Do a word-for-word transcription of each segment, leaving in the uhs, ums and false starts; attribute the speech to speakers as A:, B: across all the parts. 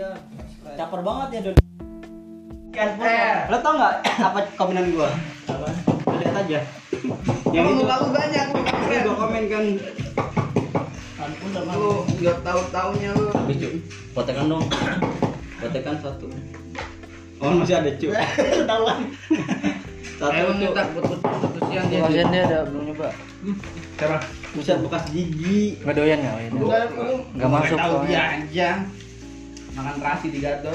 A: aja. Caper banget ya Don.
B: Kan eh,
A: Lo tau nggak apa komenan gua?
B: apa?
A: Lihat aja.
B: Yang
A: Yang itu
B: muka lu banyak,
A: ini gua komen kan.
B: Ampun sama lu, enggak tahu-taunya lu.
A: Habis cu, potekan dong. Potekan satu. Oh masih ada cu.
B: Ketahuan.
A: Satu
B: Ayo
A: cu.
B: minta putus-putusan dia.
C: Kalian dia ada belum nyoba?
B: Siapa?
A: Buset bekas gigi.
C: Nggak doyan nggak? Doyan.
B: Enggak, lu
C: Nggak masuk
B: tahu
C: soalnya.
B: dia aja. Makan terasi di gato.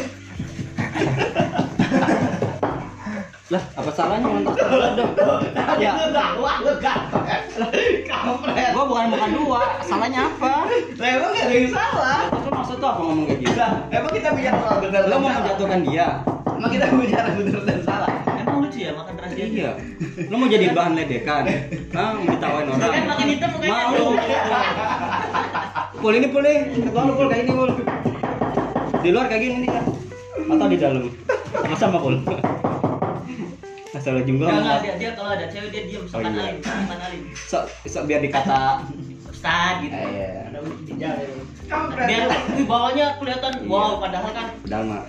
A: Lah, apa salahnya ngantar dua dong? Ya,
B: Lu tahu lu gato. Kampret.
A: gua bukan bukan dua. Salahnya apa?
B: Lah emang enggak ada yang salah.
A: Terus lu maksud tuh apa ngomong kayak gitu?
B: Lah, emang kita bicara soal benar
A: Lo
B: dan
A: mau
B: salah?
A: menjatuhkan dia?
B: Emang kita bicara benar dan salah?
D: Emang lucu ya makan terasi aja?
A: Iya. Lo mau jadi bahan ledekan? Hah, mau ditawain orang?
D: Kan makin hitam mukanya.
A: Malu. Pul ini pul nih, ketua lu pul kayak ini pul. Di luar kayak gini nih kan? Atau di dalam? Sama-sama pul. Asal juga.
D: Enggak, enggak, dia, dia kalau ada cewek dia diam,
A: Oh,
D: sopan
A: iya.
D: alim, sopan alim.
A: Sok, sok biar dikata.
D: Ustaz gitu.
A: Iya.
D: Ada di jalan.
B: Kampret.
D: Biar wih, bawahnya kelihatan
A: Iya.
D: wow, padahal kan
A: Dalma.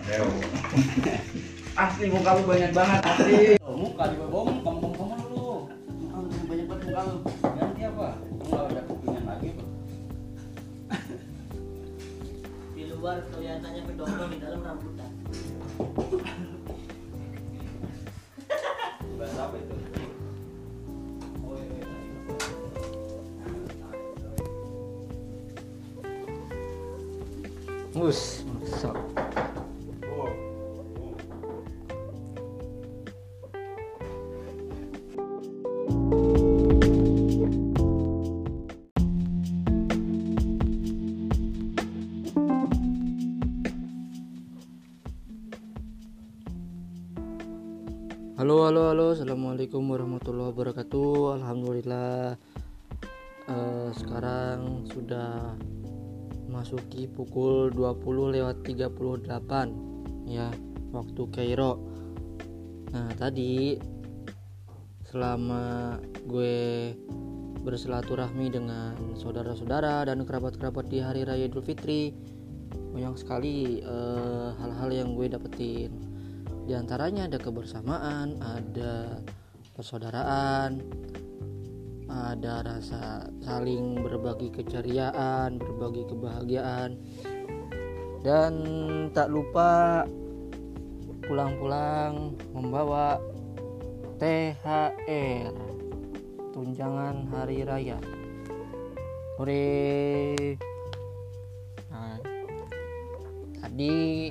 B: Asli muka lu banyak banget asli.
A: Oh, muka di bawah kamu kamu kamu lu. Muka lu banyak banget muka lu. Ganti apa? Enggak ada kupingan lagi apa?
D: di luar kelihatannya kedongkong, di dalam rambutan.
A: Bahasa apa itu? Oh iya, iya.
C: Mus, sok. Halo, halo, halo. Assalamualaikum warahmatullahi wabarakatuh. Alhamdulillah. Eh, sekarang sudah masuki pukul dua puluh lewat tiga puluh delapan ya, waktu Kairo. Nah, tadi selama gue bersilaturahmi dengan saudara-saudara dan kerabat-kerabat di hari raya Idul Fitri, banyak sekali eh, hal-hal yang gue dapetin. Di antaranya ada kebersamaan, ada persaudaraan, ada rasa saling berbagi keceriaan, berbagi kebahagiaan, dan tak lupa pulang-pulang membawa T H R, tunjangan hari raya. Hore. Nah, tadi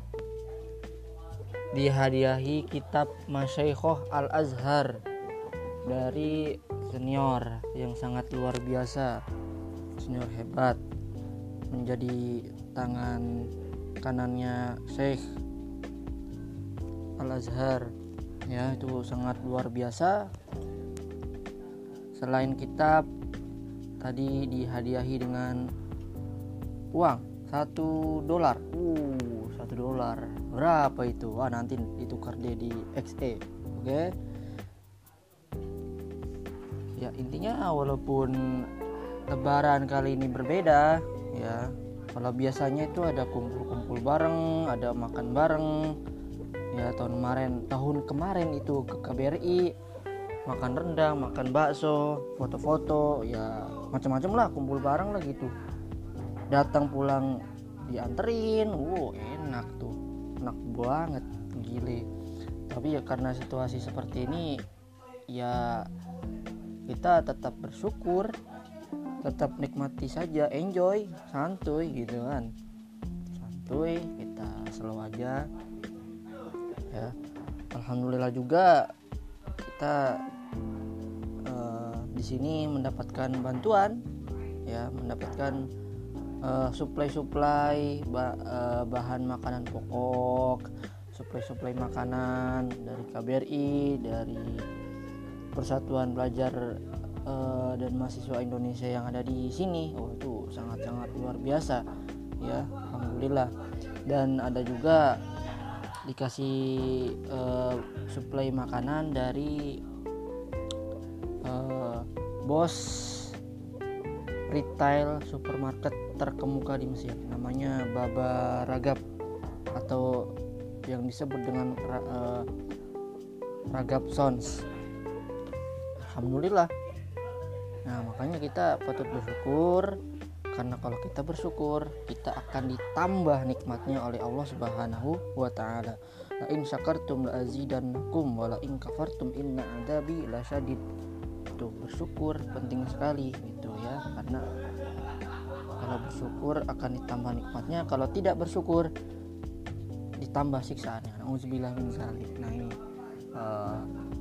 C: dihadiahi kitab Masyaikhoh Al-Azhar dari senior yang sangat luar biasa, senior hebat, menjadi tangan kanannya Syekh Al-Azhar ya, itu sangat luar biasa. Selain kitab, tadi dihadiahi dengan uang satu dolar. Uh, satu dolar. Berapa itu? Wah, nanti ditukar deh di X E. Oke. Ya, intinya walaupun lebaran kali ini berbeda ya. Kalau biasanya itu ada kumpul-kumpul bareng, ada makan bareng. Ya, tahun kemarin, tahun kemarin itu ke K B R I makan rendang, makan bakso, foto-foto, ya macam-macam lah, kumpul bareng lah gitu. Datang pulang dianterin, wow enak tuh, enak banget, gile. Tapi ya karena situasi seperti ini, ya kita tetap bersyukur, tetap nikmati saja, enjoy, santuy gitu kan, santuy, kita slow aja. Ya, alhamdulillah juga kita uh, di sini mendapatkan bantuan, ya mendapatkan uh, suplai-suplai bah, uh, bahan makanan pokok, suplai-suplai makanan dari K B R I, dari Persatuan Pelajar uh, dan Mahasiswa Indonesia yang ada di sini. Oh, itu sangat-sangat luar biasa, ya alhamdulillah. Dan ada juga dikasih uh, suplai makanan dari uh, bos retail supermarket terkemuka di Mesir, namanya Baba Ragab atau yang disebut dengan uh, ragab sounds. Alhamdulillah. Nah, makanya kita patut bersyukur, karena kalau kita bersyukur kita akan ditambah nikmatnya oleh Allah Subhanahu wa taala. La in syakartum la azidannakum wa la in kafartum inna adzabi lasyadid. Tuh, bersyukur penting sekali gitu ya, karena kalau bersyukur akan ditambah nikmatnya, kalau tidak bersyukur ditambah siksaannya. Nauzubillah min dzalik. Nah, ini uh,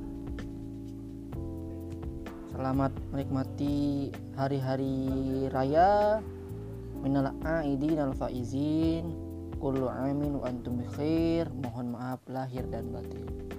C: selamat menikmati hari-hari raya, minal aidin al faizin, kullu amin wa antum bikhair. Mohon maaf lahir dan batin.